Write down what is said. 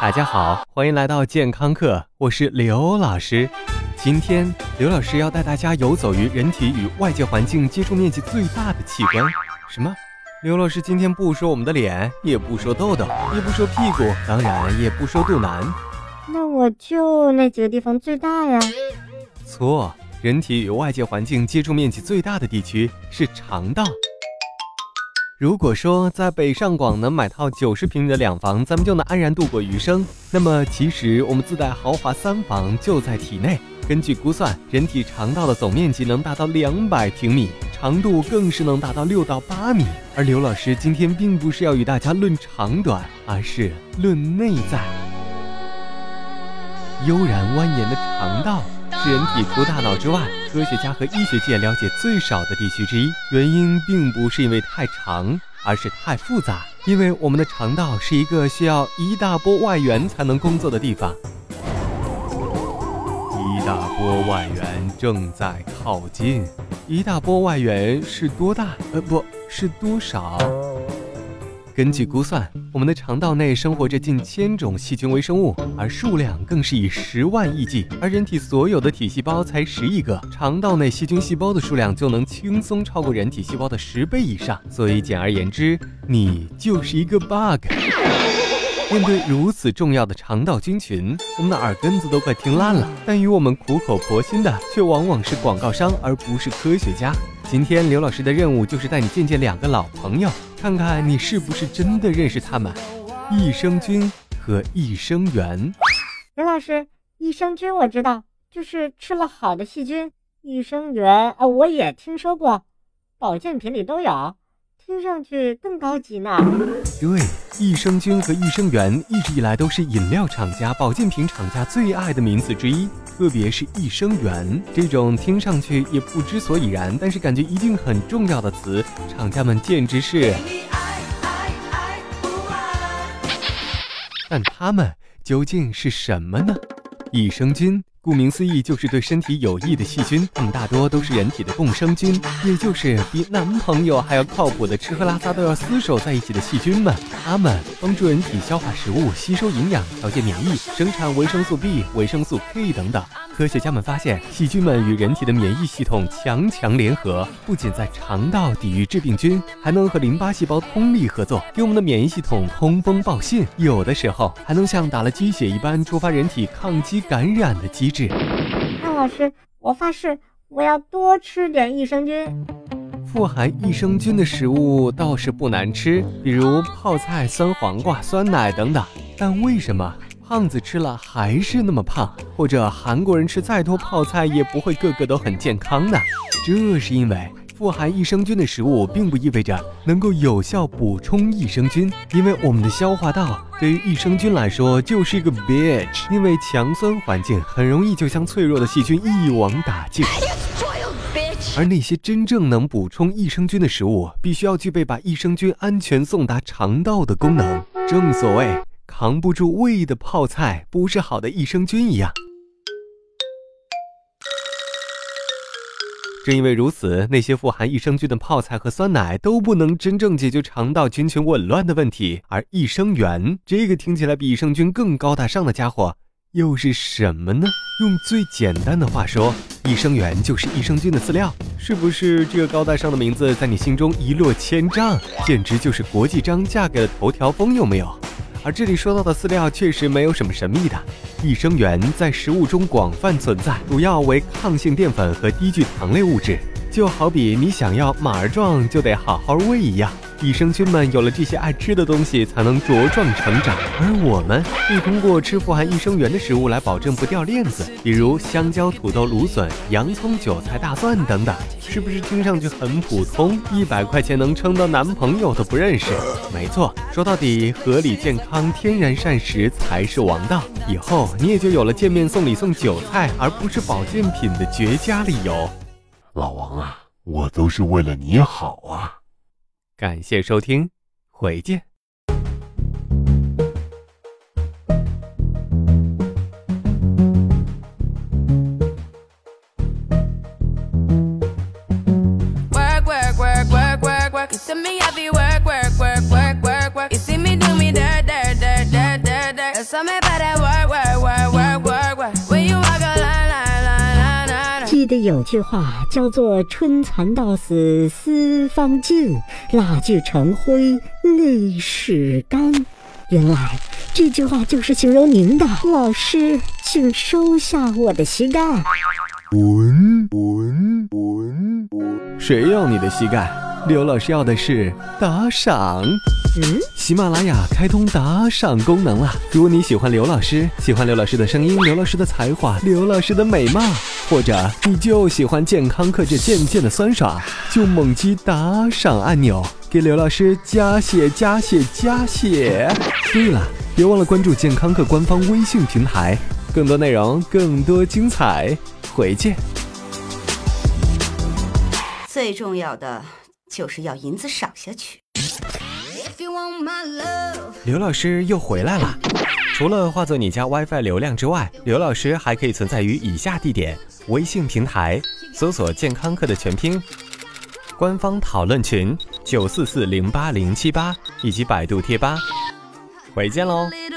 大家好，欢迎来到健康课，我是刘老师。今天刘老师要带大家游走于人体与外界环境接触面积最大的器官。什么？刘老师今天不说我们的脸，也不说痘痘，也不说屁股，当然也不说肚腩。 那我就那几个地方最大呀。 错，人体与外界环境接触面积最大的地区是肠道。如果说在北上广能买套90平米的两房，咱们就能安然度过余生，那么其实我们自带豪华3房就在体内。根据估算，人体肠道的总面积能达到200平米，长度更是能达到6到8米。而刘老师今天并不是要与大家论长短，而是论内在。悠然蜿蜒的肠道是人体除大脑之外，科学家和医学界了解最少的地区之一。原因并不是因为太长，而是太复杂。因为我们的肠道是一个需要一大波外源才能工作的地方。一大波外源正在靠近。一大波外源是多大？不是多少？根据估算，我们的肠道内生活着近1000种细菌微生物，而数量更是以10万亿计。而人体所有的体细胞才10亿个，肠道内细菌细胞的数量就能轻松超过人体细胞的10倍以上。所以简而言之，你就是一个 bug。面对如此重要的肠道菌群，我们的耳根子都快听烂了，但与我们苦口婆心的却往往是广告商，而不是科学家。今天刘老师的任务就是带你见见2个老朋友，看看你是不是真的认识他们：益生菌和益生元。 刘老师，益生菌我知道，就是吃了好的细菌。益生元我也听说过，保健品里都有，听上去更高级呢。 对，益生菌和益生元一直以来都是饮料厂家、保健品厂家最爱的名词之一，特别是益生元这种听上去也不知所以然，但是感觉一定很重要的词，厂家们简直是……但它们究竟是什么呢？益生菌顾名思义就是对身体有益的细菌，它们大多都是人体的共生菌，也就是比男朋友还要靠谱的吃喝拉撒都要厮守在一起的细菌们。它们帮助人体消化食物、吸收营养、调节免疫、生产维生素 B、维生素 K 等等。科学家们发现，细菌们与人体的免疫系统强联合，不仅在肠道抵御致病菌，还能和淋巴细胞通力合作，给我们的免疫系统通风报信，有的时候还能像打了鸡血一般触发人体抗击感染的机制。 那老师，我发誓我要多吃点益生菌。 富含益生菌的食物倒是不难吃，比如泡菜、酸黄瓜、酸奶等等。但为什么胖子吃了还是那么胖？或者韩国人吃再多泡菜也不会个个都很健康呢？这是因为富含益生菌的食物并不意味着能够有效补充益生菌，因为我们的消化道对于益生菌来说就是一个 bitch， 因为强酸环境很容易就将脆弱的细菌一网打尽。而那些真正能补充益生菌的食物，必须要具备把益生菌安全送达肠道的功能。正所谓扛不住胃的泡菜不是好的益生菌一样。正因为如此，那些富含益生菌的泡菜和酸奶都不能真正解决肠道菌群紊乱的问题。而益生元这个听起来比益生菌更高大上的家伙又是什么呢？用最简单的话说，益生元就是益生菌的饲料。是不是这个高大上的名字在你心中一落千丈，简直就是国际章嫁给了头条风，有没有？而这里说到的饲料确实没有什么神秘的，益生元在食物中广泛存在，主要为抗性淀粉和低聚糖类物质。就好比你想要马儿壮就得好好喂一样，益生菌们有了这些爱吃的东西才能茁壮成长。而我们可以通过吃富含益生元的食物来保证不掉链子，比如香蕉、土豆、芦笋、洋葱、韭菜、大蒜等等。是不是听上去很普通？100块钱能撑到男朋友都不认识？没错，说到底，合理健康、天然膳食才是王道。以后你也就有了见面送礼送韭菜，而不是保健品的绝佳理由。 老王啊，我都是为了你好啊！ 感谢收听，回见。 You see me do me dirt, dirt, dirt, dirt, dirt, dirt. That's how me 得有句话叫做春蚕到死丝方尽，蜡炬成灰泪始干。原来这句话就是形容您的。老师，请收下我的膝盖。 谁要你的膝盖？刘老师要的是打赏。喜马拉雅开通打赏功能了。如果你喜欢刘老师，喜欢刘老师的声音，刘老师的才华，刘老师的美貌，或者你就喜欢健康课这渐渐的酸爽，就猛击打赏按钮，给刘老师加血加血加血。对了，别忘了关注健康课官方微信平台，更多内容，更多精彩，回见。 最重要的就是要银子赏下去。 刘老师又回来了。除了化作你家 WiFi 流量之外，刘老师还可以存在于以下地点：微信平台搜索健康课的全拼，官方讨论群944080078，以及百度贴吧。回见喽。